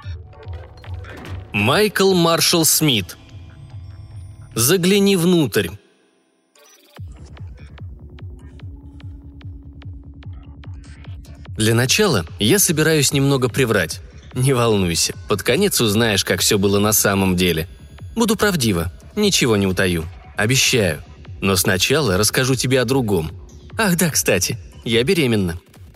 Майкл Маршалл Смит. Загляни внутрь. Для начала я собираюсь немного приврать. Не волнуйся, под конец узнаешь, как все было на самом деле. Буду правдива, ничего не утаю. Обещаю. Но сначала расскажу тебе о другом. Ах да, кстати, я беременна.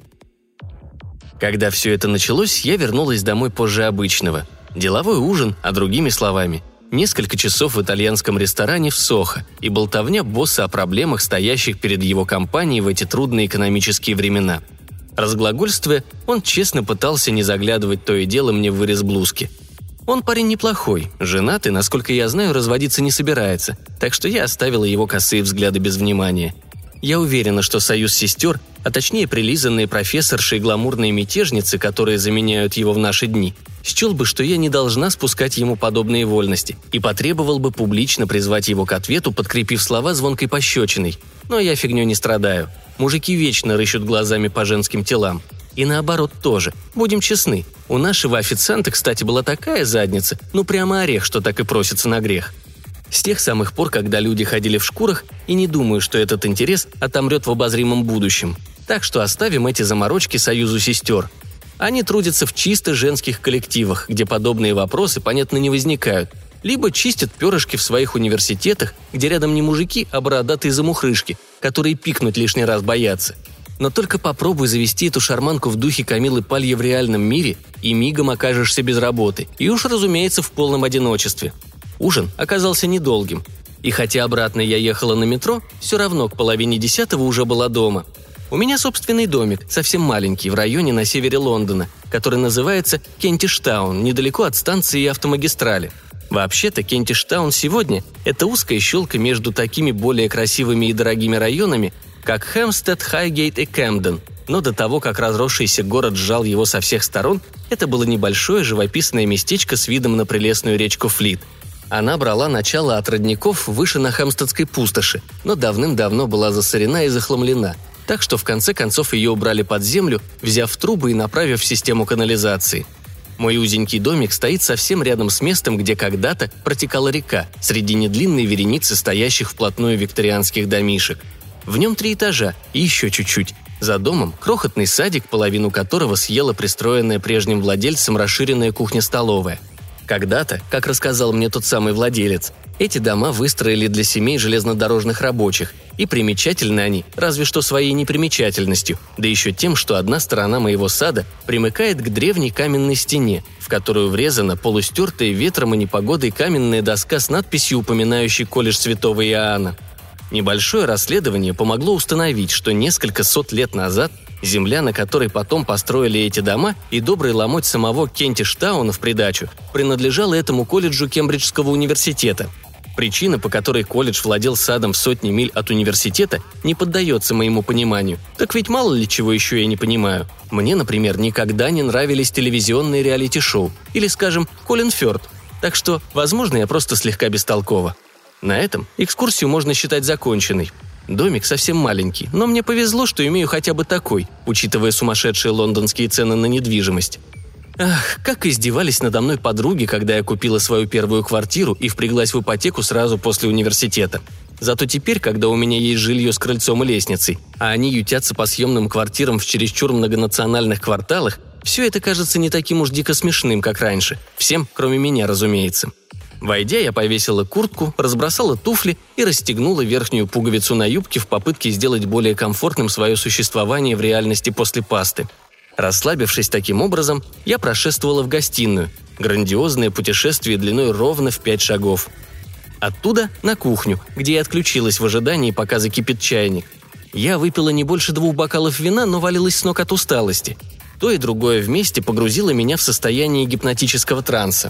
Когда все это началось, я вернулась домой позже обычного. Деловой ужин, а другими словами, несколько часов в итальянском ресторане в Сохо и болтовня босса о проблемах, стоящих перед его компанией в эти трудные экономические времена. Разглагольствуя, он честно пытался не заглядывать то и дело мне в вырез блузки. Он парень неплохой, женат и, насколько я знаю, разводиться не собирается, так что я оставила его косые взгляды без внимания. Я уверена, что союз сестер, а точнее прилизанные профессорши и гламурные мятежницы, которые заменяют его в наши дни, счел бы, что я не должна спускать ему подобные вольности и потребовал бы публично призвать его к ответу, подкрепив слова звонкой пощечиной. Но я фигней не страдаю. Мужики вечно рыщут глазами по женским телам. И наоборот тоже. Будем честны. У нашего официанта, кстати, была такая задница, ну прямо орех, что так и просится на грех. С тех самых пор, когда люди ходили в шкурах, и не думаю, что этот интерес отомрет в обозримом будущем. Так что оставим эти заморочки союзу сестер. Они трудятся в чисто женских коллективах, где подобные вопросы, понятно, не возникают. Либо чистят перышки в своих университетах, где рядом не мужики, а бородатые замухрышки, которые пикнуть лишний раз боятся. Но только попробуй завести эту шарманку в духе Камилы Палье в реальном мире, и мигом окажешься без работы, и уж, разумеется, в полном одиночестве. Ужин оказался недолгим. И хотя обратно я ехала на метро, все равно к 9:30 уже была дома. У меня собственный домик, совсем маленький, в районе на севере Лондона, который называется Кентиштаун, недалеко от станции и автомагистрали. Вообще-то Кентиштаун сегодня – это узкая щелка между такими более красивыми и дорогими районами, как Хэмпстед, Хайгейт и Кэмден. Но до того, как разросшийся город сжал его со всех сторон, это было небольшое живописное местечко с видом на прелестную речку Флит. Она брала начало от родников выше на Хэмпстедской пустоши, но давным-давно была засорена и захламлена, так что в конце концов ее убрали под землю, взяв трубы и направив в систему канализации. Мой узенький домик стоит совсем рядом с местом, где когда-то протекала река, среди недлинной вереницы стоящих вплотную викторианских домишек. В нем 3 этажа и еще чуть-чуть. За домом крохотный садик, половину которого съела пристроенная прежним владельцем расширенная кухня-столовая. Когда-то, как рассказал мне тот самый владелец, эти дома выстроили для семей железнодорожных рабочих, и примечательны они разве что своей непримечательностью, да еще тем, что одна сторона моего сада примыкает к древней каменной стене, в которую врезана полустертая ветром и непогодой каменная доска с надписью, упоминающей колледж Святого Иоанна. Небольшое расследование помогло установить, что несколько сот лет назад земля, на которой потом построили эти дома, и добрый ломоть самого Кентиштауна в придачу, принадлежала этому колледжу Кембриджского университета. Причина, по которой колледж владел садом в сотни миль от университета, не поддается моему пониманию. Так ведь мало ли чего еще я не понимаю. Мне, например, никогда не нравились телевизионные реалити-шоу. Или, скажем, Колин Фёрд. Так что, возможно, я просто слегка бестолкова. На этом экскурсию можно считать законченной. Домик совсем маленький, но мне повезло, что имею хотя бы такой, учитывая сумасшедшие лондонские цены на недвижимость. Ах, как издевались надо мной подруги, когда я купила свою первую квартиру и впряглась в ипотеку сразу после университета. Зато теперь, когда у меня есть жилье с крыльцом и лестницей, а они ютятся по съемным квартирам в чересчур многонациональных кварталах, все это кажется не таким уж дико смешным, как раньше. Всем, кроме меня, разумеется. Войдя, я повесила куртку, разбросала туфли и расстегнула верхнюю пуговицу на юбке в попытке сделать более комфортным свое существование в реальности после пасты. Расслабившись таким образом, я прошествовала в гостиную. Грандиозное путешествие длиной ровно в 5 шагов. Оттуда на кухню, где я отключилась в ожидании, пока закипит чайник. Я выпила не больше 2 бокалов вина, но валилась с ног от усталости. То и другое вместе погрузило меня в состояние гипнотического транса.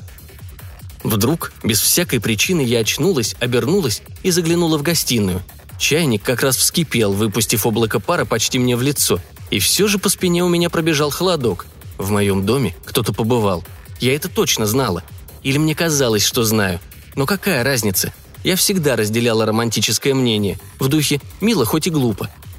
Вдруг, без всякой причины, я очнулась, обернулась и заглянула в гостиную. Чайник как раз вскипел, выпустив облако пара почти мне в лицо. И все же по спине у меня пробежал холодок. В моем доме кто-то побывал. Я это точно знала. Или мне казалось, что знаю. Но какая разница? Я всегда разделяла романтическое мнение. В духе «мило, хоть и глупо».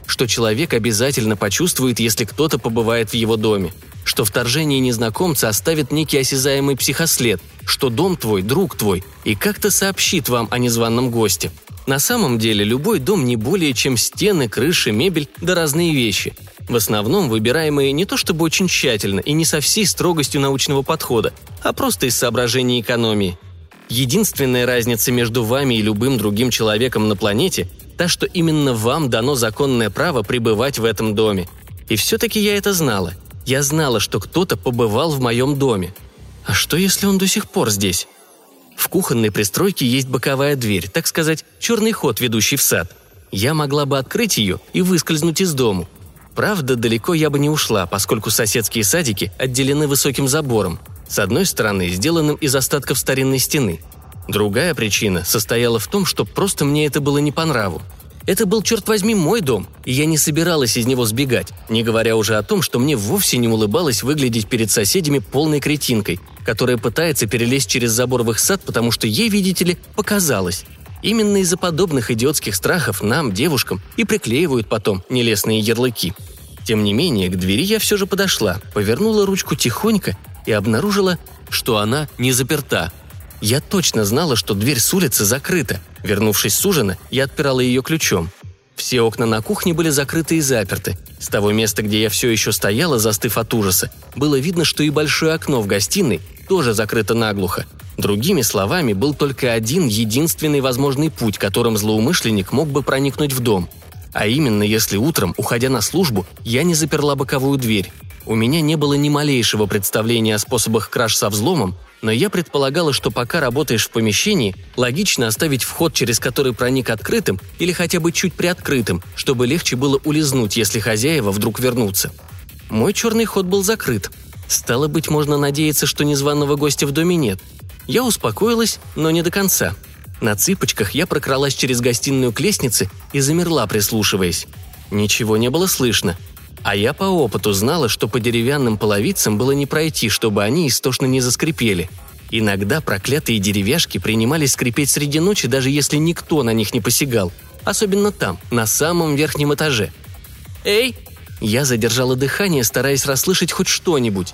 что человек обязательно почувствует, если кто-то побывает в его доме, что вторжение незнакомца оставит некий осязаемый психослед, что дом твой – друг твой, и как-то сообщит вам о незваном госте. На самом деле любой дом не более чем стены, крыши, мебель да разные вещи, в основном выбираемые не то чтобы очень тщательно и не со всей строгостью научного подхода, а просто из соображений экономии. Единственная разница между вами и любым другим человеком на планете – та, что именно вам дано законное право пребывать в этом доме. И все-таки я это знала. Я знала, что кто-то побывал в моем доме. А что, если он до сих пор здесь? В кухонной пристройке есть боковая дверь, так сказать, черный ход, ведущий в сад. Я могла бы открыть ее и выскользнуть из дому. Правда, далеко я бы не ушла, поскольку соседские садики отделены высоким забором, с одной стороны, сделанным из остатков старинной стены. Другая причина состояла в том, что просто мне это было не по нраву. Это был, черт возьми, мой дом, и я не собиралась из него сбегать, не говоря уже о том, что мне вовсе не улыбалось выглядеть перед соседями полной кретинкой, которая пытается перелезть через забор в их сад, потому что ей, видите ли, показалось. Именно из-за подобных идиотских страхов нам, девушкам, и приклеивают потом нелестные ярлыки. Тем не менее, к двери я все же подошла, повернула ручку тихонько и обнаружила, что она не заперта. Я точно знала, что дверь с улицы закрыта. Вернувшись с ужина, я отпирала ее ключом. Все окна на кухне были закрыты и заперты. С того места, где я все еще стояла, застыв от ужаса, было видно, что и большое окно в гостиной тоже закрыто наглухо. Другими словами, был только один единственный возможный путь, которым злоумышленник мог бы проникнуть в дом. А именно, если утром, уходя на службу, я не заперла боковую дверь. У меня не было ни малейшего представления о способах краж со взломом, но я предполагала, что пока работаешь в помещении, логично оставить вход, через который проник, открытым или хотя бы чуть приоткрытым, чтобы легче было улизнуть, если хозяева вдруг вернутся. Мой черный ход был закрыт. Стало быть, можно надеяться, что незваного гостя в доме нет. Я успокоилась, но не до конца. На цыпочках я прокралась через гостиную к лестнице и замерла, прислушиваясь. Ничего не было слышно. А я по опыту знала, что по деревянным половицам было не пройти, чтобы они истошно не заскрипели. Иногда проклятые деревяшки принимались скрипеть среди ночи, даже если никто на них не посягал. Особенно там, на самом верхнем этаже. «Эй!» Я задержала дыхание, стараясь расслышать хоть что-нибудь.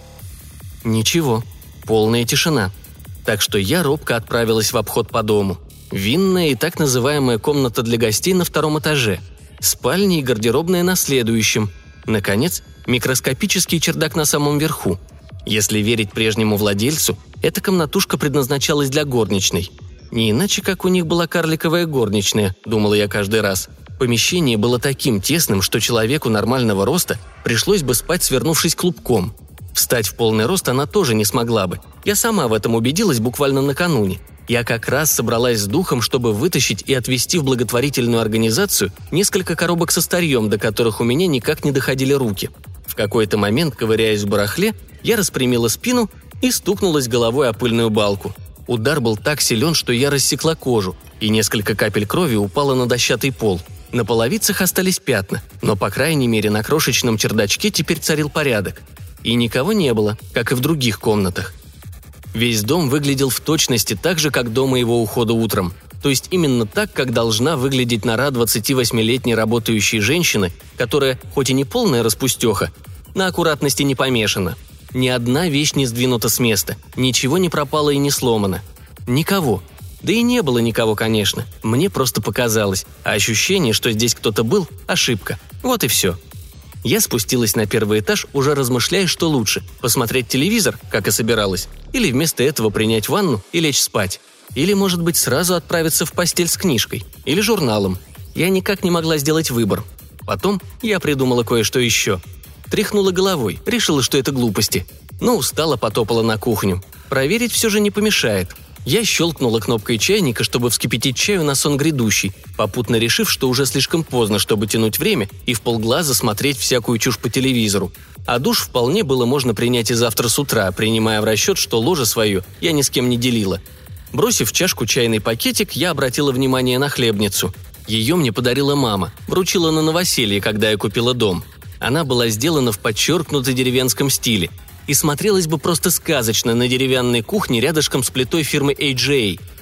Ничего. Полная тишина. Так что я робко отправилась в обход по дому. Винная и так называемая комната для гостей на втором этаже. Спальня и гардеробная на следующем. Наконец, микроскопический чердак на самом верху. Если верить прежнему владельцу, эта комнатушка предназначалась для горничной. Не иначе, как у них была карликовая горничная, думала я каждый раз. Помещение было таким тесным, что человеку нормального роста пришлось бы спать, свернувшись клубком. Встать в полный рост она тоже не смогла бы. Я сама в этом убедилась буквально накануне. Я как раз собралась с духом, чтобы вытащить и отвезти в благотворительную организацию несколько коробок со старьем, до которых у меня никак не доходили руки. В какой-то момент, ковыряясь в барахле, я распрямила спину и стукнулась головой о пыльную балку. Удар был так силен, что я рассекла кожу, и несколько капель крови упало на дощатый пол. На половицах остались пятна, но, по крайней мере, на крошечном чердачке теперь царил порядок. И никого не было, как и в других комнатах. Весь дом выглядел в точности так же, как до моего ухода утром. То есть именно так, как должна выглядеть нора 28-летней работающей женщины, которая, хоть и не полная распустеха, на аккуратности не помешана. Ни одна вещь не сдвинута с места, ничего не пропало и не сломано. Никого. Да и не было никого, конечно. Мне просто показалось, а ощущение, что здесь кто-то был – ошибка. Вот и все. Я спустилась на первый этаж, уже размышляя, что лучше – посмотреть телевизор, как и собиралась, или вместо этого принять ванну и лечь спать. Или, может быть, сразу отправиться в постель с книжкой или журналом. Я никак не могла сделать выбор. Потом я придумала кое-что еще. Тряхнула головой, решила, что это глупости. Но устала, потопала на кухню. Проверить все же не помешает. Я щелкнула кнопкой чайника, чтобы вскипятить чаю на сон грядущий, попутно решив, что уже слишком поздно, чтобы тянуть время и вполглаза смотреть всякую чушь по телевизору. А душ вполне было можно принять и завтра с утра, принимая в расчет, что ложе свое я ни с кем не делила. Бросив в чашку чайный пакетик, я обратила внимание на хлебницу. Ее мне подарила мама, вручила на новоселье, когда я купила дом. Она была сделана в подчеркнуто деревенском стиле и смотрелась бы просто сказочно на деревянной кухне рядышком с плитой фирмы AJA.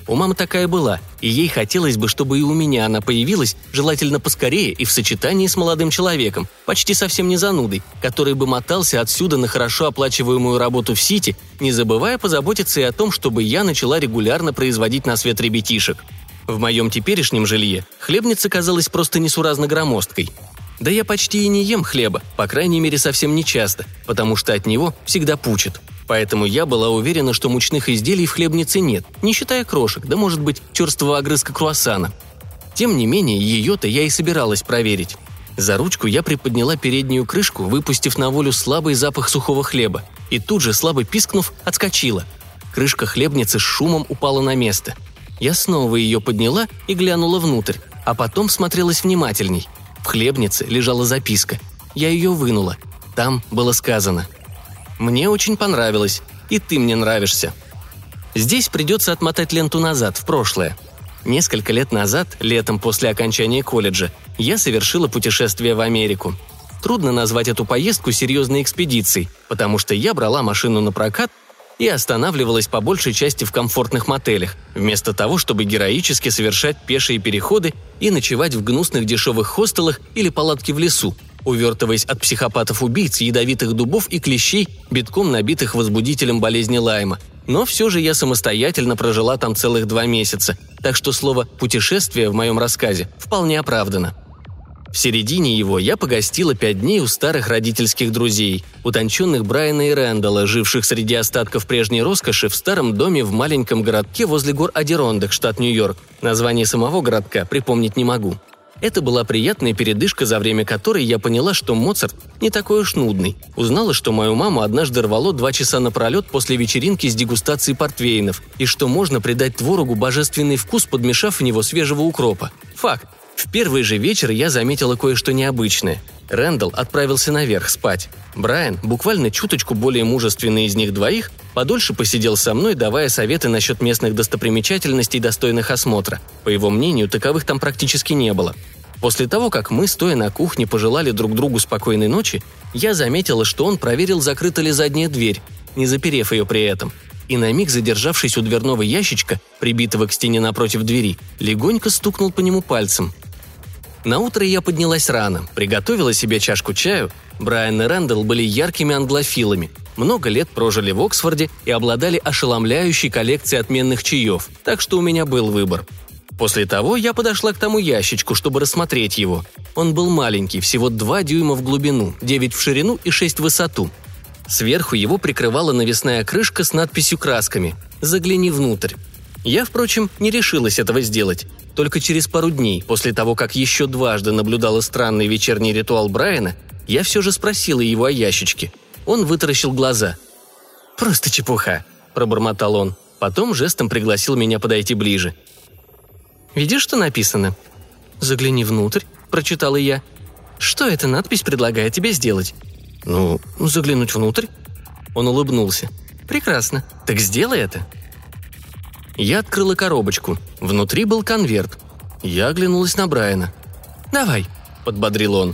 У мамы такая была, и ей хотелось бы, чтобы и у меня она появилась, желательно поскорее и в сочетании с молодым человеком, почти совсем не занудой, который бы мотался отсюда на хорошо оплачиваемую работу в Сити, не забывая позаботиться и о том, чтобы я начала регулярно производить на свет ребятишек. В моем теперешнем жилье хлебница казалась просто несуразно громоздкой. Да я почти и не ем хлеба, по крайней мере совсем не часто, потому что от него всегда пучит. Поэтому я была уверена, что мучных изделий в хлебнице нет, не считая крошек, да может быть черствого огрызка круассана. Тем не менее, ее-то я и собиралась проверить. За ручку я приподняла переднюю крышку, выпустив на волю слабый запах сухого хлеба, и тут же, слабо пискнув, отскочила. Крышка хлебницы с шумом упала на место. Я снова ее подняла и глянула внутрь, а потом смотрелась внимательней. В хлебнице лежала записка. Я ее вынула. Там было сказано: «Мне очень понравилось, и ты мне нравишься». Здесь придется отмотать ленту назад, в прошлое. Несколько лет назад, летом после окончания колледжа, я совершила путешествие в Америку. Трудно назвать эту поездку серьезной экспедицией, потому что я брала машину на прокат и останавливалась по большей части в комфортных мотелях, вместо того, чтобы героически совершать пешие переходы и ночевать в гнусных дешевых хостелах или палатке в лесу, увертываясь от психопатов-убийц, ядовитых дубов и клещей, битком набитых возбудителем болезни Лайма. Но все же я самостоятельно прожила там целых 2 месяца, так что слово «путешествие» в моем рассказе вполне оправдано. В середине его я погостила 5 дней у старых родительских друзей, утонченных Брайана и Рэндалла, живших среди остатков прежней роскоши в старом доме в маленьком городке возле гор Адирондак, штат Нью-Йорк. Название самого городка припомнить не могу. Это была приятная передышка, за время которой я поняла, что Моцарт не такой уж нудный. Узнала, что мою маму однажды рвало 2 часа напролет после вечеринки с дегустацией портвейнов, и что можно придать творогу божественный вкус, подмешав в него свежего укропа. Факт. В первый же вечер я заметила кое-что необычное. Рэндалл отправился наверх спать. Брайан, буквально чуточку более мужественный из них двоих, подольше посидел со мной, давая советы насчет местных достопримечательностей, достойных осмотра. По его мнению, таковых там практически не было. После того, как мы, стоя на кухне, пожелали друг другу спокойной ночи, я заметила, что он проверил, закрыта ли задняя дверь, не заперев ее при этом. И на миг, задержавшись у дверного ящичка, прибитого к стене напротив двери, легонько стукнул по нему пальцем. Наутро я поднялась рано, приготовила себе чашку чаю. Брайан и Рэндалл были яркими англофилами, много лет прожили в Оксфорде и обладали ошеломляющей коллекцией отменных чаев, так что у меня был выбор. После того я подошла к тому ящичку, чтобы рассмотреть его. Он был маленький, всего 2 дюйма в глубину, 9 в ширину и 6 в высоту. Сверху его прикрывала навесная крышка с надписью красками «Загляни внутрь». Я, впрочем, не решилась этого сделать. Только через пару дней, после того, как еще дважды наблюдала странный вечерний ритуал Брайана, я все же спросила его о ящичке. Он вытаращил глаза. «Просто чепуха», – пробормотал он. Потом жестом пригласил меня подойти ближе. «Видишь, что написано?» «Загляни внутрь», – прочитала я. «Что эта надпись предлагает тебе сделать?» «Ну, заглянуть внутрь». Он улыбнулся. «Прекрасно. Так сделай это». Я открыла коробочку. Внутри был конверт. Я оглянулась на Брайана. «Давай», – подбодрил он.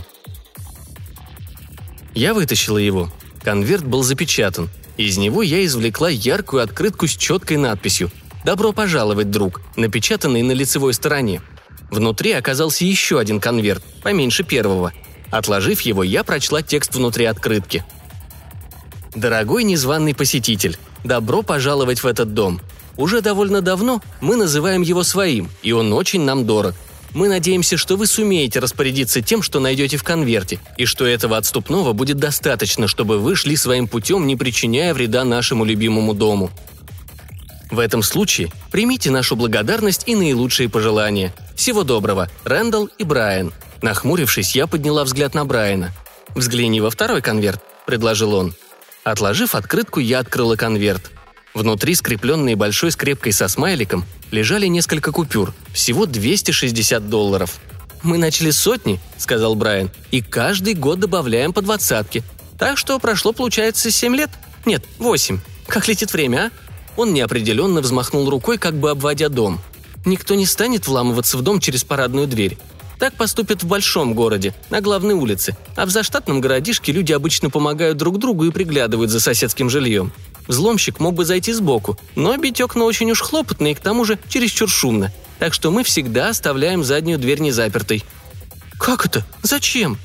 Я вытащила его. Конверт был запечатан. Из него я извлекла яркую открытку с четкой надписью «Добро пожаловать, друг», напечатанной на лицевой стороне. Внутри оказался еще один конверт, поменьше первого. Отложив его, я прочла текст внутри открытки. «Дорогой незваный посетитель, добро пожаловать в этот дом. Уже довольно давно мы называем его своим, и он очень нам дорог. Мы надеемся, что вы сумеете распорядиться тем, что найдете в конверте, и что этого отступного будет достаточно, чтобы вы шли своим путем, не причиняя вреда нашему любимому дому. В этом случае примите нашу благодарность и наилучшие пожелания. Всего доброго, Рэндалл и Брайан». Нахмурившись, я подняла взгляд на Брайана. «Взгляни во второй конверт», – предложил он. Отложив открытку, я открыла конверт. Внутри, скрепленные большой скрепкой со смайликом, лежали несколько купюр, всего $260. «Мы начали с 100, – сказал Брайан, – и каждый год добавляем по 20. Так что прошло, получается, 7 лет? Нет, 8. Как летит время, а?» Он неопределенно взмахнул рукой, как бы обводя дом. «Никто не станет вламываться в дом через парадную дверь. Так поступят в большом городе, на главной улице, а в заштатном городишке люди обычно помогают друг другу и приглядывают за соседским жильем. Взломщик мог бы зайти сбоку, но бить окна очень уж хлопотно и к тому же чересчур шумно. Так что мы всегда оставляем заднюю дверь незапертой». «Как это? Зачем?»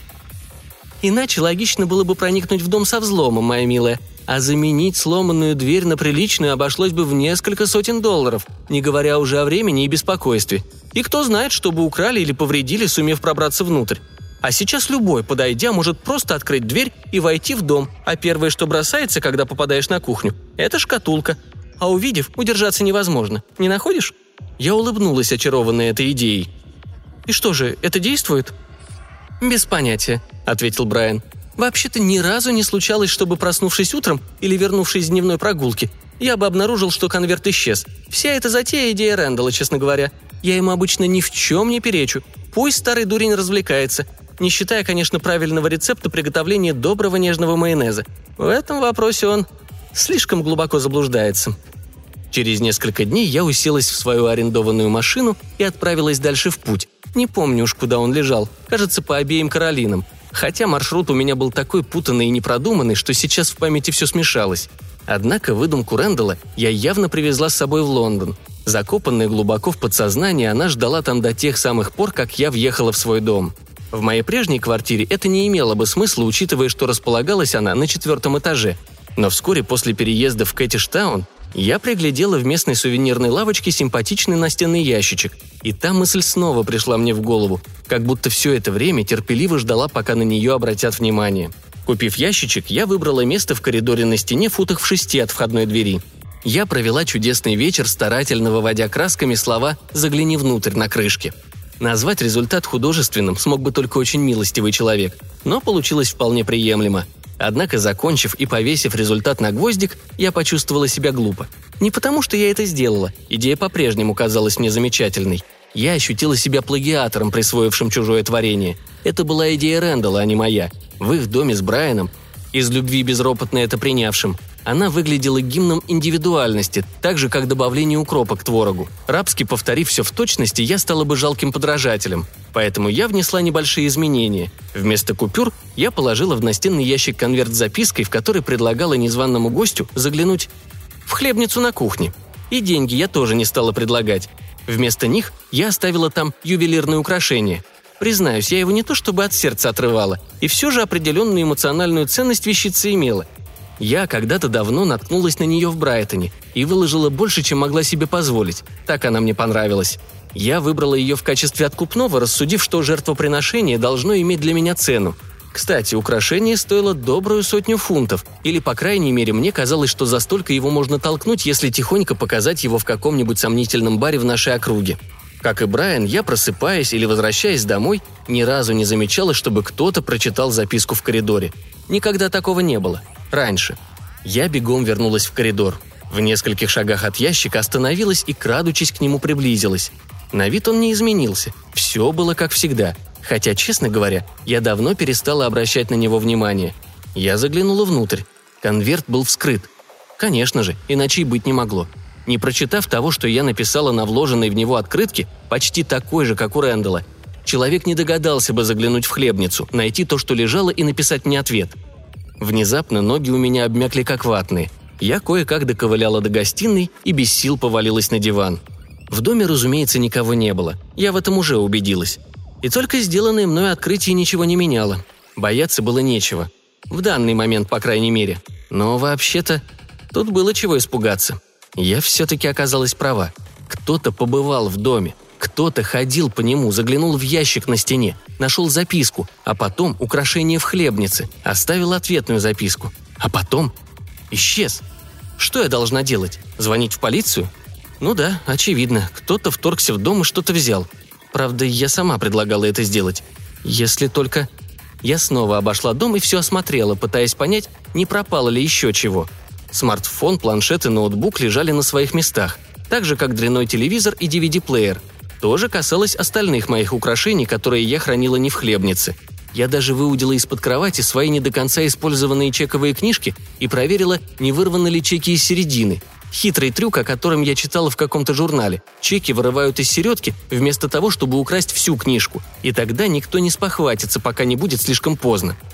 «Иначе логично было бы проникнуть в дом со взломом, моя милая. А заменить сломанную дверь на приличную обошлось бы в несколько сотен $, не говоря уже о времени и беспокойстве. И кто знает, что бы украли или повредили, сумев пробраться внутрь. А сейчас любой, подойдя, может просто открыть дверь и войти в дом, а первое, что бросается, когда попадаешь на кухню, это шкатулка. А увидев, удержаться невозможно. Не находишь?» Я улыбнулась, очарованная этой идеей. «И что же, это действует?» «Без понятия», — ответил Брайан. «Вообще-то ни разу не случалось, чтобы, проснувшись утром или вернувшись с дневной прогулки, я бы обнаружил, что конверт исчез. Вся эта затея — идея Рэндалла, честно говоря. Я ему обычно ни в чем не перечу. Пусть старый дурень развлекается. Не считая, конечно, правильного рецепта приготовления доброго нежного майонеза. В этом вопросе он слишком глубоко заблуждается». Через несколько дней я уселась в свою арендованную машину и отправилась дальше в путь. Не помню уж, куда он лежал. Кажется, по обеим Каролинам. Хотя маршрут у меня был такой путанный и непродуманный, что сейчас в памяти все смешалось. Однако выдумку Рэндалла я явно привезла с собой в Лондон. Закопанная глубоко в подсознании, она ждала там до тех самых пор, как я въехала в свой дом. В моей прежней квартире это не имело бы смысла, учитывая, что располагалась она на 4-м этаже. Но вскоре после переезда в Кэттиштаун я приглядела в местной сувенирной лавочке симпатичный настенный ящичек, и та мысль снова пришла мне в голову, как будто все это время терпеливо ждала, пока на нее обратят внимание. Купив ящичек, я выбрала место в коридоре на стене футах в 6 от входной двери. Я провела чудесный вечер, старательно выводя красками слова «загляни внутрь» на крышке. Назвать результат художественным смог бы только очень милостивый человек, но получилось вполне приемлемо. Однако, закончив и повесив результат на гвоздик, я почувствовала себя глупо. Не потому, что я это сделала, идея по-прежнему казалась мне замечательной. Я ощутила себя плагиатором, присвоившим чужое творение. Это была идея Рэндалла, а не моя. В их доме с Брайаном, из любви безропотно это принявшим, она выглядела гимном индивидуальности, так же, как добавление укропа к творогу. Рабски повторив все в точности, я стала бы жалким подражателем. Поэтому я внесла небольшие изменения. Вместо купюр я положила в настенный ящик конверт с запиской, в которой предлагала незваному гостю заглянуть в хлебницу на кухне. И деньги я тоже не стала предлагать. Вместо них я оставила там ювелирное украшение. Признаюсь, я его не то чтобы от сердца отрывала, и все же определенную эмоциональную ценность вещица имела. Я когда-то давно наткнулась на нее в Брайтоне и выложила больше, чем могла себе позволить. Так она мне понравилась. Я выбрала ее в качестве откупного, рассудив, что жертвоприношение должно иметь для меня цену. Кстати, украшение стоило добрую 100 фунтов, или, по крайней мере, мне казалось, что за столько его можно толкнуть, если тихонько показать его в каком-нибудь сомнительном баре в нашей округе. Как и Брайан, я, просыпаясь или возвращаясь домой, ни разу не замечала, чтобы кто-то прочитал записку в коридоре. Никогда такого не было. Раньше. Я бегом вернулась в коридор. В нескольких шагах от ящика остановилась и, крадучись, к нему приблизилась. На вид он не изменился. Все было как всегда. Хотя, честно говоря, я давно перестала обращать на него внимание. Я заглянула внутрь. Конверт был вскрыт. Конечно же, иначе и быть не могло. Не прочитав того, что я написала на вложенной в него открытке, почти такой же, как у Рэндалла, человек не догадался бы заглянуть в хлебницу, найти то, что лежало, и написать мне ответ. Внезапно ноги у меня обмякли как ватные. Я кое-как доковыляла до гостиной и без сил повалилась на диван. В доме, разумеется, никого не было. Я в этом уже убедилась. И только сделанное мной открытие ничего не меняло. Бояться было нечего. В данный момент, по крайней мере. Но вообще-то тут было чего испугаться. Я все-таки оказалась права. Кто-то побывал в доме. Кто-то ходил по нему, заглянул в ящик на стене, нашел записку, а потом украшение в хлебнице, оставил ответную записку. А потом исчез. Что я должна делать? Звонить в полицию? Ну да, очевидно, кто-то вторгся в дом и что-то взял. Правда, я сама предлагала это сделать. Если только... Я снова обошла дом и все осмотрела, пытаясь понять, не пропало ли еще чего. Смартфон, планшет и ноутбук лежали на своих местах, так же, как дрянной телевизор и DVD-плеер. Тоже касалось остальных моих украшений, которые я хранила не в хлебнице. Я даже выудила из-под кровати свои не до конца использованные чековые книжки и проверила, не вырваны ли чеки из середины. Хитрый трюк, о котором я читала в каком-то журнале. Чеки вырывают из середки вместо того, чтобы украсть всю книжку, и тогда никто не спохватится, пока не будет слишком поздно.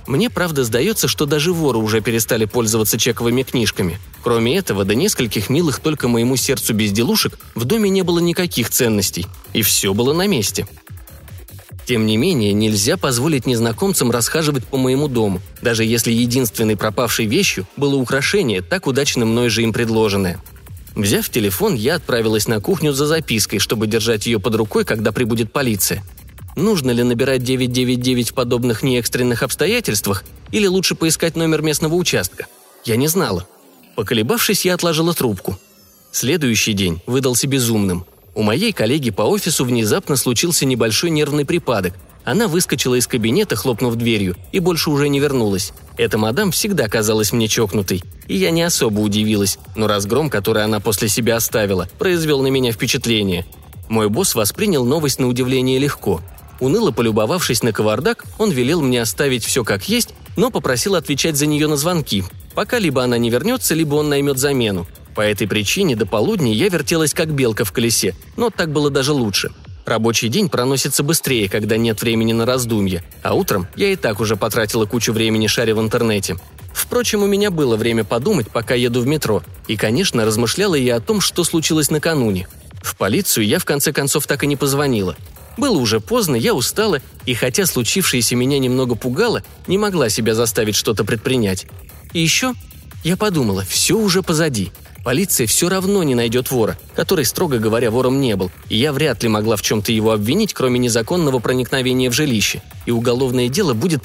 Мне, правда, сдается, что даже воры уже перестали пользоваться чековыми книжками. Кроме этого, до нескольких милых только моему сердцу безделушек в доме не было никаких ценностей. И все было на месте. Тем не менее, нельзя позволить незнакомцам расхаживать по моему дому, даже если единственной пропавшей вещью было украшение, так удачно мной же им предложенное. Взяв телефон, я отправилась на кухню за запиской, чтобы держать ее под рукой, когда прибудет полиция. Нужно ли набирать 999 в подобных неэкстренных обстоятельствах, или лучше поискать номер местного участка? Я не знала. Поколебавшись, я отложила трубку. Следующий день выдался безумным. У моей коллеги по офису внезапно случился небольшой нервный припадок. Она выскочила из кабинета, хлопнув дверью, и больше уже не вернулась. Эта мадам всегда казалась мне чокнутой, и я не особо удивилась, но разгром, который она после себя оставила, произвел на меня впечатление. Мой босс воспринял новость на удивление легко. Уныло полюбовавшись на кавардак, он велел мне оставить все как есть, но попросил отвечать за нее на звонки, пока либо она не вернется, либо он наймет замену. По этой причине до полудня я вертелась как белка в колесе, но так было даже лучше. Рабочий день проносится быстрее, когда нет времени на раздумья, а утром я и так уже потратила кучу времени шаря в интернете. Впрочем, у меня было время подумать, пока еду в метро, и, конечно, размышляла я о том, что случилось накануне. В полицию я в конце концов так и не позвонила. Было уже поздно, я устала, и хотя случившееся меня немного пугало, не могла себя заставить что-то предпринять. И еще я подумала, все уже позади. Полиция все равно не найдет вора, который, строго говоря, вором не был, и я вряд ли могла в чем-то его обвинить, кроме незаконного проникновения в жилище. И уголовное дело будет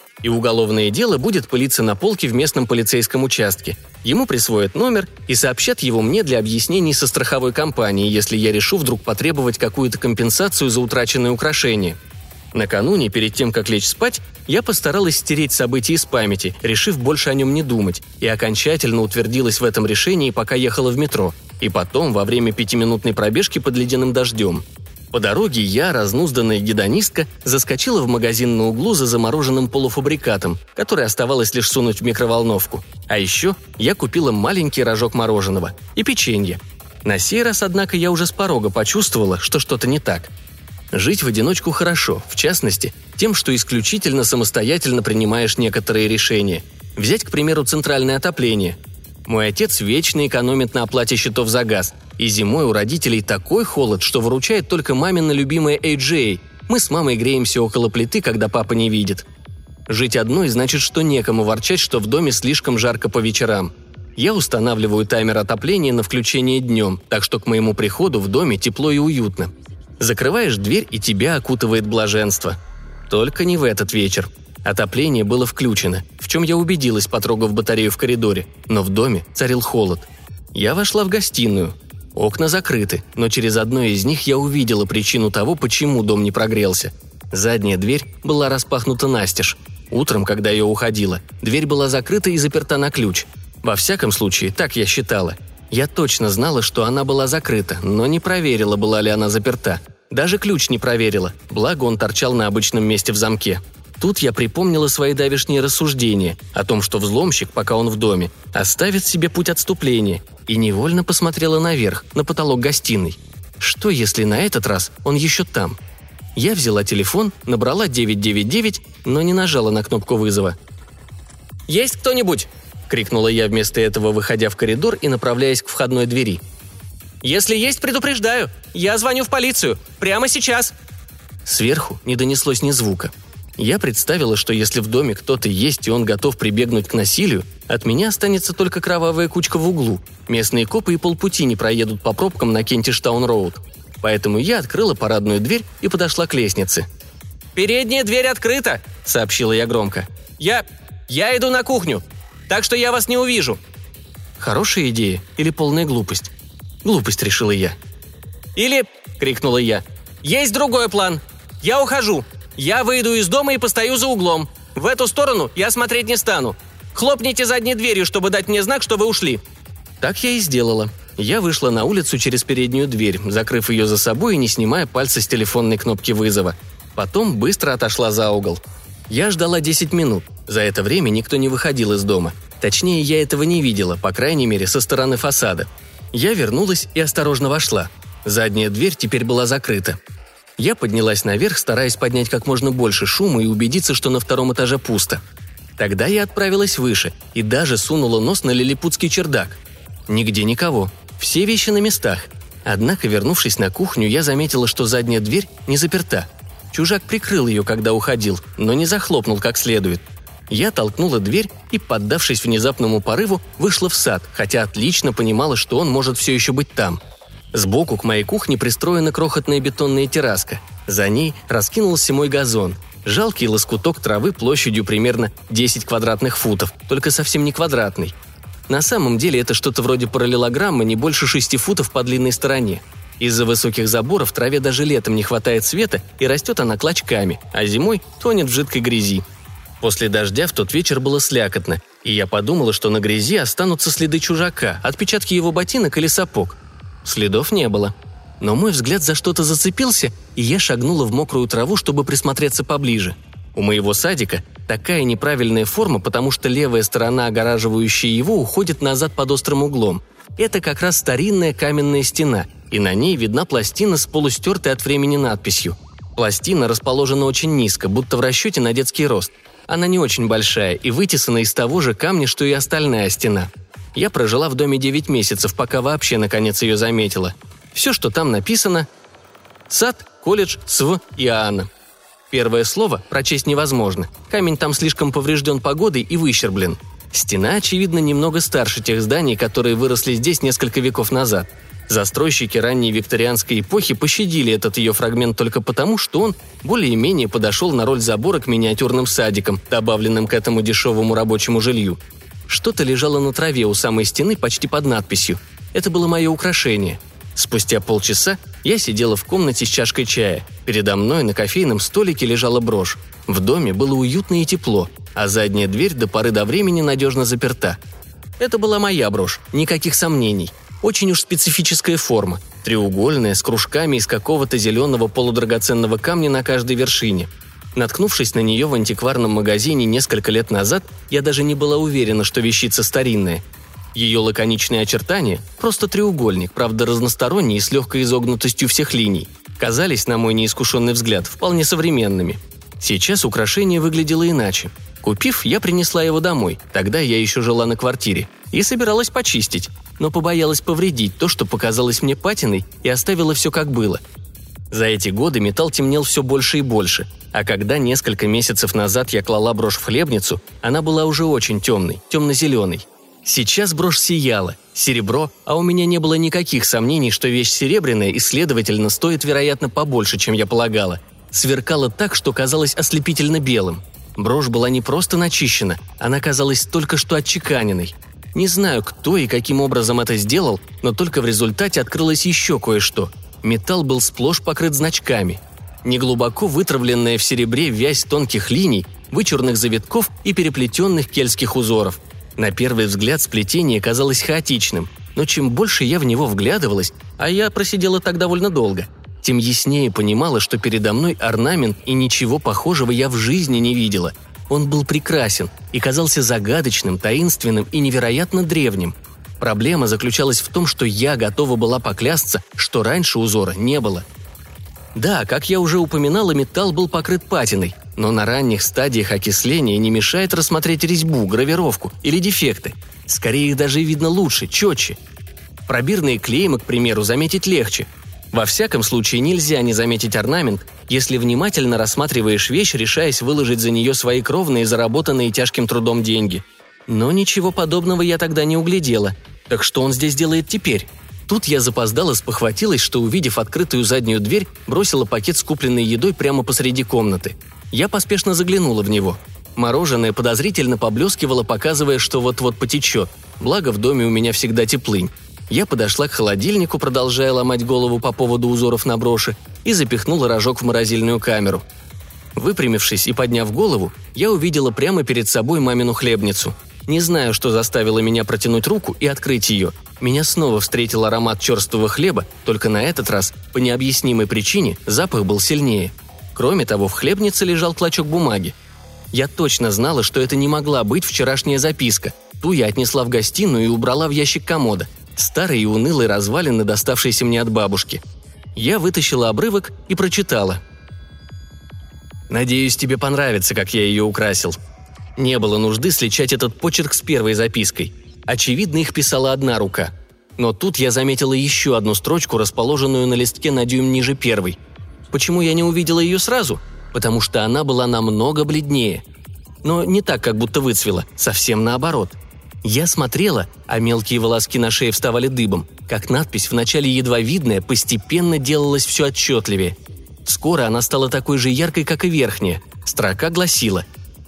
пылиться на полке в местном полицейском участке. Ему присвоят номер и сообщат его мне для объяснений со страховой компанией, если я решу вдруг потребовать какую-то компенсацию за утраченные украшения. Накануне, перед тем, как лечь спать, я постаралась стереть события из памяти, решив больше о нем не думать, и окончательно утвердилась в этом решении, пока ехала в метро, и потом во время 5-минутной пробежки под ледяным дождем. По дороге я, разнузданная гедонистка, заскочила в магазин на углу за замороженным полуфабрикатом, который оставалось лишь сунуть в микроволновку. А еще я купила маленький рожок мороженого и печенье. На сей раз, однако, я уже с порога почувствовала, что что-то не так. Жить в одиночку хорошо, в частности, тем, что исключительно самостоятельно принимаешь некоторые решения. Взять, к примеру, центральное отопление. Мой отец вечно экономит на оплате счетов за газ, и зимой у родителей такой холод, что выручает только мамина любимая AJA. Мы с мамой греемся около плиты, когда папа не видит. Жить одной значит, что некому ворчать, что в доме слишком жарко по вечерам. Я устанавливаю таймер отопления на включение днем, так что к моему приходу в доме тепло и уютно. Закрываешь дверь, и тебя окутывает блаженство. Только не в этот вечер. Отопление было включено, в чем я убедилась, потрогав батарею в коридоре, но в доме царил холод. Я вошла в гостиную. Окна закрыты, но через одно из них я увидела причину того, почему дом не прогрелся. Задняя дверь была распахнута настежь. Утром, когда я уходила, дверь была закрыта и заперта на ключ. Во всяком случае, так я считала. Я точно знала, что она была закрыта, но не проверила, была ли она заперта. Даже ключ не проверила, благо он торчал на обычном месте в замке. Тут я припомнила свои давешние рассуждения о том, что взломщик, пока он в доме, оставит себе путь отступления, и невольно посмотрела наверх, на потолок гостиной. Что, если на этот раз он еще там? Я взяла телефон, набрала 999, но не нажала на кнопку вызова. «Есть кто-нибудь?» – крикнула я вместо этого, выходя в коридор и направляясь к входной двери. «Если есть, предупреждаю. Я звоню в полицию. Прямо сейчас». Сверху не донеслось ни звука. Я представила, что если в доме кто-то есть и он готов прибегнуть к насилию, от меня останется только кровавая кучка в углу. Местные копы и полпути не проедут по пробкам на Кентиш-таун-роуд. Поэтому я открыла парадную дверь и подошла к лестнице. «Передняя дверь открыта», — сообщила я громко. Я иду на кухню, так что я вас не увижу». Хорошая идея или полная глупость? Глупость, решила я. «Или», — крикнула я, — «есть другой план. Я ухожу. Я выйду из дома и постою за углом. В эту сторону я смотреть не стану. Хлопните задней дверью, чтобы дать мне знак, что вы ушли». Так я и сделала. Я вышла на улицу через переднюю дверь, закрыв ее за собой и не снимая пальца с телефонной кнопки вызова. Потом быстро отошла за угол. Я ждала 10 минут. За это время никто не выходил из дома. Точнее, я этого не видела, по крайней мере, со стороны фасада. Я вернулась и осторожно вошла. Задняя дверь теперь была закрыта. Я поднялась наверх, стараясь поднять как можно больше шума и убедиться, что на втором этаже пусто. Тогда я отправилась выше и даже сунула нос на лилипутский чердак. Нигде никого. Все вещи на местах. Однако, вернувшись на кухню, я заметила, что задняя дверь не заперта. Чужак прикрыл ее, когда уходил, но не захлопнул как следует. Я толкнула дверь и, поддавшись внезапному порыву, вышла в сад, хотя отлично понимала, что он может все еще быть там. Сбоку к моей кухне пристроена крохотная бетонная терраска. За ней раскинулся мой газон. Жалкий лоскуток травы площадью примерно 10 квадратных футов, только совсем не квадратный. На самом деле это что-то вроде параллелограмма, не больше 6 футов по длинной стороне. Из-за высоких заборов траве даже летом не хватает света, и растет она клочками, а зимой тонет в жидкой грязи. После дождя в тот вечер было слякотно, и я подумала, что на грязи останутся следы чужака, отпечатки его ботинок или сапог. Следов не было. Но мой взгляд за что-то зацепился, и я шагнула в мокрую траву, чтобы присмотреться поближе. У моего садика такая неправильная форма, потому что левая сторона, огораживающая его, уходит назад под острым углом. Это как раз старинная каменная стена, и на ней видна пластина с полустертой от времени надписью. Пластина расположена очень низко, будто в расчете на детский рост. Она не очень большая и вытесана из того же камня, что и остальная стена. Я прожила в доме 9 месяцев, пока вообще наконец ее заметила. Все, что там написано – сад, колледж, СВ Иоанна. Первое слово прочесть невозможно. Камень там слишком поврежден погодой и выщерблен. Стена, очевидно, немного старше тех зданий, которые выросли здесь несколько веков назад. Застройщики ранней викторианской эпохи пощадили этот ее фрагмент только потому, что он более-менее подошел на роль забора к миниатюрным садикам, добавленным к этому дешевому рабочему жилью. Что-то лежало на траве у самой стены почти под надписью. Это было мое украшение. Спустя полчаса я сидела в комнате с чашкой чая. Передо мной на кофейном столике лежала брошь. В доме было уютно и тепло, а задняя дверь до поры до времени надежно заперта. Это была моя брошь, никаких сомнений. Очень уж специфическая форма, треугольная, с кружками из какого-то зеленого полудрагоценного камня на каждой вершине. Наткнувшись на нее в антикварном магазине несколько лет назад, я даже не была уверена, что вещица старинная. Ее лаконичные очертания – просто треугольник, правда разносторонний и с легкой изогнутостью всех линий – казались, на мой неискушенный взгляд, вполне современными. Сейчас украшение выглядело иначе. Купив, я принесла его домой, тогда я еще жила на квартире, и собиралась почистить, но побоялась повредить то, что показалось мне патиной, и оставила все как было. За эти годы металл темнел все больше и больше, а когда несколько месяцев назад я клала брошь в хлебницу, она была уже очень темной, темно-зеленой. Сейчас брошь сияла, серебро, а у меня не было никаких сомнений, что вещь серебряная и, следовательно, стоит, вероятно, побольше, чем я полагала. Сверкала так, что казалось ослепительно белым. Брошь была не просто начищена, она казалась только что отчеканенной. Не знаю, кто и каким образом это сделал, но только в результате открылось еще кое-что. Металл был сплошь покрыт значками. Неглубоко вытравленная в серебре вязь тонких линий, вычурных завитков и переплетенных кельтских узоров. На первый взгляд сплетение казалось хаотичным, но чем больше я в него вглядывалась, а я просидела так довольно долго, тем яснее понимала, что передо мной орнамент, и ничего похожего я в жизни не видела. Он был прекрасен и казался загадочным, таинственным и невероятно древним. Проблема заключалась в том, что я готова была поклясться, что раньше узора не было. Да, как я уже упоминала, металл был покрыт патиной, но на ранних стадиях окисления не мешает рассмотреть резьбу, гравировку или дефекты. Скорее их даже видно лучше, четче. Пробирные клеймы, к примеру, заметить легче. Во всяком случае, нельзя не заметить орнамент, если внимательно рассматриваешь вещь, решаясь выложить за нее свои кровные, заработанные тяжким трудом деньги. Но ничего подобного я тогда не углядела. Так что он здесь делает теперь? Тут я запоздала, спохватилась, что, увидев открытую заднюю дверь, бросила пакет с купленной едой прямо посреди комнаты. Я поспешно заглянула в него. Мороженое подозрительно поблескивало, показывая, что вот-вот потечет. Благо, в доме у меня всегда теплынь. Я подошла к холодильнику, продолжая ломать голову по поводу узоров на броши, и запихнула рожок в морозильную камеру. Выпрямившись и подняв голову, я увидела прямо перед собой мамину хлебницу. Не знаю, что заставило меня протянуть руку и открыть ее. Меня снова встретил аромат черствого хлеба, только на этот раз, по необъяснимой причине, запах был сильнее. Кроме того, в хлебнице лежал клочок бумаги. Я точно знала, что это не могла быть вчерашняя записка. Ту я отнесла в гостиную и убрала в ящик комода. Старые и унылые развалины, доставшиеся мне от бабушки. Я вытащила обрывок и прочитала. «Надеюсь, тебе понравится, как я ее украсил». Не было нужды сличать этот почерк с первой запиской. Очевидно, их писала одна рука. Но тут я заметила еще одну строчку, расположенную на листке на дюйм ниже первой. Почему я не увидела ее сразу? Потому что она была намного бледнее. Но не так, как будто выцвела, совсем наоборот. Я смотрела, а мелкие волоски на шее вставали дыбом, как надпись, вначале едва видная, постепенно делалась все отчетливее. Скоро она стала такой же яркой, как и верхняя. Строка гласила: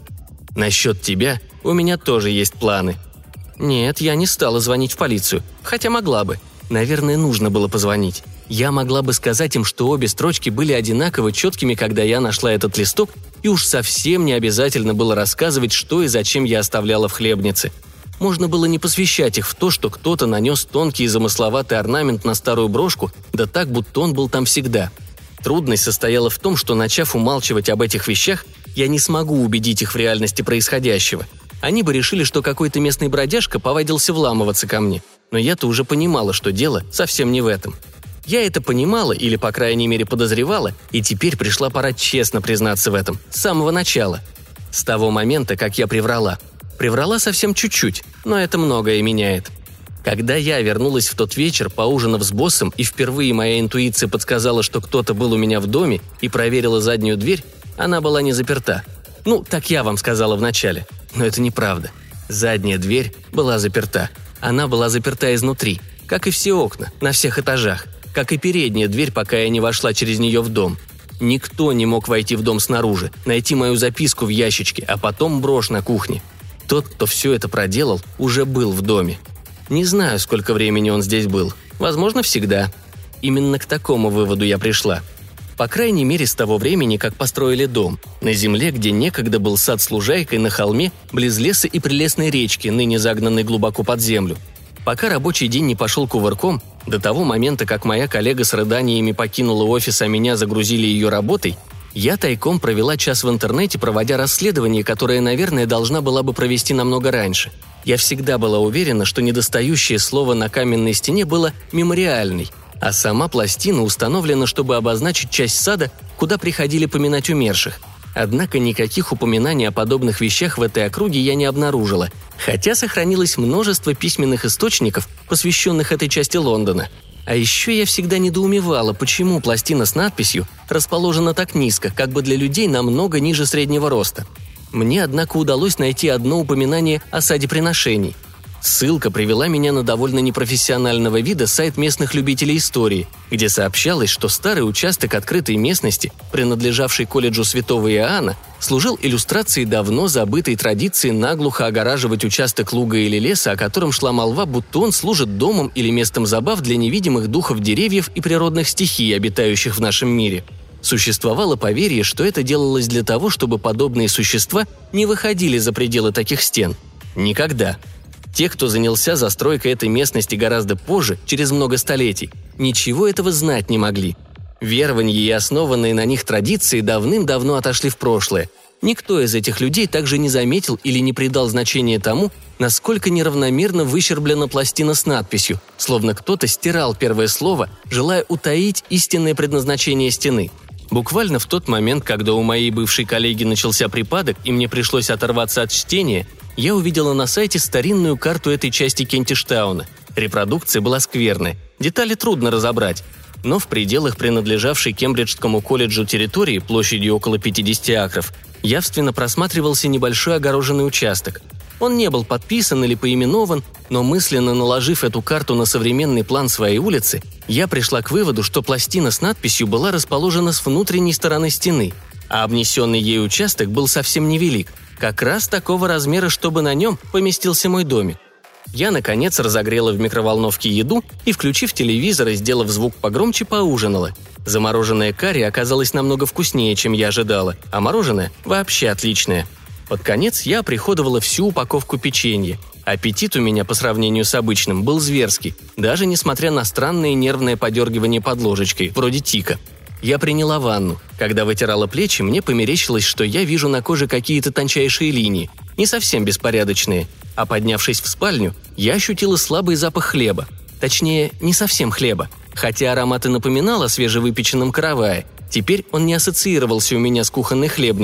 «Насчет тебя у меня тоже есть планы». Нет, я не стала звонить в полицию, хотя могла бы. Наверное, нужно было позвонить. Я могла бы сказать им, что обе строчки были одинаково четкими, когда я нашла этот листок, и уж совсем не обязательно было рассказывать, что и зачем я оставляла в хлебнице. Можно было не посвящать их в то, что кто-то нанес тонкий и замысловатый орнамент на старую брошку, да так, будто он был там всегда. Трудность состояла в том, что, начав умалчивать об этих вещах, я не смогу убедить их в реальности происходящего. Они бы решили, что какой-то местный бродяжка повадился вламываться ко мне. Но я-то уже понимала, что дело совсем не в этом. Я это понимала, или, по крайней мере, подозревала, и теперь пришла пора честно признаться в этом, с самого начала. С того момента, как я приврала. Приврала совсем чуть-чуть, но это многое меняет. Когда я вернулась в тот вечер, поужинав с боссом, и впервые моя интуиция подсказала, что кто-то был у меня в доме, и проверила заднюю дверь, она была не заперта. Ну, так я вам сказала вначале. Но это неправда. Задняя дверь была заперта. Она была заперта изнутри, как и все окна, на всех этажах, как и передняя дверь, пока я не вошла через нее в дом. Никто не мог войти в дом снаружи, найти мою записку в ящичке, а потом брошь на кухне. Тот, кто все это проделал, уже был в доме. Не знаю, сколько времени он здесь был. Возможно, всегда. Именно к такому выводу я пришла. По крайней мере, с того времени, как построили дом. На земле, где некогда был сад с лужайкой на холме, близ леса и прелестной речки, ныне загнанной глубоко под землю. Пока рабочий день не пошел кувырком, до того момента, как моя коллега с рыданиями покинула офис, а меня загрузили ее работой, я тайком провела час в интернете, проводя расследование, которое, наверное, должна была бы провести намного раньше. Я всегда была уверена, что недостающее слово на каменной стене было «мемориальный», а сама пластина установлена, чтобы обозначить часть сада, куда приходили поминать умерших. Однако никаких упоминаний о подобных вещах в этой округе я не обнаружила, хотя сохранилось множество письменных источников, посвященных этой части Лондона. А еще я всегда недоумевала, почему пластина с надписью расположена так низко, как бы для людей намного ниже среднего роста. Мне, однако, удалось найти одно упоминание о саде приношений. Ссылка привела меня на довольно непрофессионального вида сайт местных любителей истории, где сообщалось, что старый участок открытой местности, принадлежавший колледжу Святого Иоанна, служил иллюстрацией давно забытой традиции наглухо огораживать участок луга или леса, о котором шла молва, будто он служит домом или местом забав для невидимых духов деревьев и природных стихий, обитающих в нашем мире. Существовало поверье, что это делалось для того, чтобы подобные существа не выходили за пределы таких стен. Никогда. Те, кто занялся застройкой этой местности гораздо позже, через много столетий, ничего этого знать не могли. Верования и основанные на них традиции давным-давно отошли в прошлое. Никто из этих людей также не заметил или не придал значения тому, насколько неравномерно выщерблена пластина с надписью, словно кто-то стирал первое слово, желая утаить истинное предназначение стены. Буквально в тот момент, когда у моей бывшей коллеги начался припадок и мне пришлось оторваться от чтения, я увидела на сайте старинную карту этой части Кентиштауна. Репродукция была скверная, детали трудно разобрать. Но в пределах принадлежавшей Кембриджскому колледжу территории площадью около 50 акров явственно просматривался небольшой огороженный участок. Он не был подписан или поименован, но мысленно наложив эту карту на современный план своей улицы, я пришла к выводу, что пластина с надписью была расположена с внутренней стороны стены, а обнесенный ей участок был совсем невелик, как раз такого размера, чтобы на нем поместился мой домик. Я, наконец, разогрела в микроволновке еду и, включив телевизор и сделав звук погромче, поужинала. Замороженная карри оказалась намного вкуснее, чем я ожидала, а мороженое вообще отличное. Под конец я оприходовала всю упаковку печенья. Аппетит у меня по сравнению с обычным был зверский, даже несмотря на странное нервное подергивание под ложечкой, вроде тика. Я приняла ванну. Когда вытирала плечи, мне померещилось, что я вижу на коже какие-то тончайшие линии, не совсем беспорядочные. А поднявшись в спальню, я ощутила слабый запах хлеба. Точнее, не совсем хлеба. Хотя аромат и напоминал о свежевыпеченном каравае, теперь он не ассоциировался у меня с кухонной хлебницей.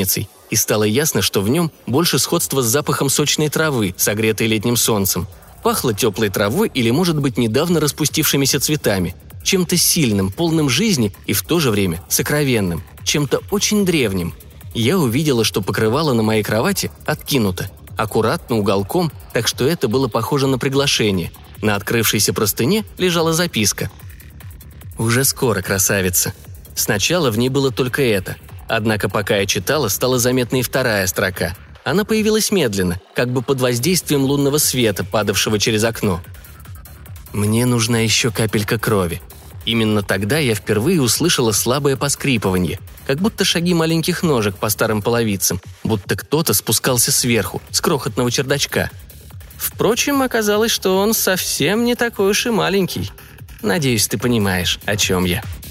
и стало ясно, что в нем больше сходства с запахом сочной травы, согретой летним солнцем. Пахло теплой травой или, может быть, недавно распустившимися цветами, чем-то сильным, полным жизни и в то же время сокровенным, чем-то очень древним. Я увидела, что покрывало на моей кровати откинуто, аккуратно уголком, так что это было похоже на приглашение. На открывшейся простыне лежала записка. «Уже скоро, красавица». Сначала в ней было только это. Однако пока я читала, стала заметна и вторая строка. Она появилась медленно, как бы под воздействием лунного света, падавшего через окно. «Мне нужна еще капелька крови». Именно тогда я впервые услышала слабое поскрипывание, как будто шаги маленьких ножек по старым половицам, будто кто-то спускался сверху, с крохотного чердачка. Впрочем, оказалось, что он совсем не такой уж и маленький. Надеюсь, ты понимаешь, о чем я.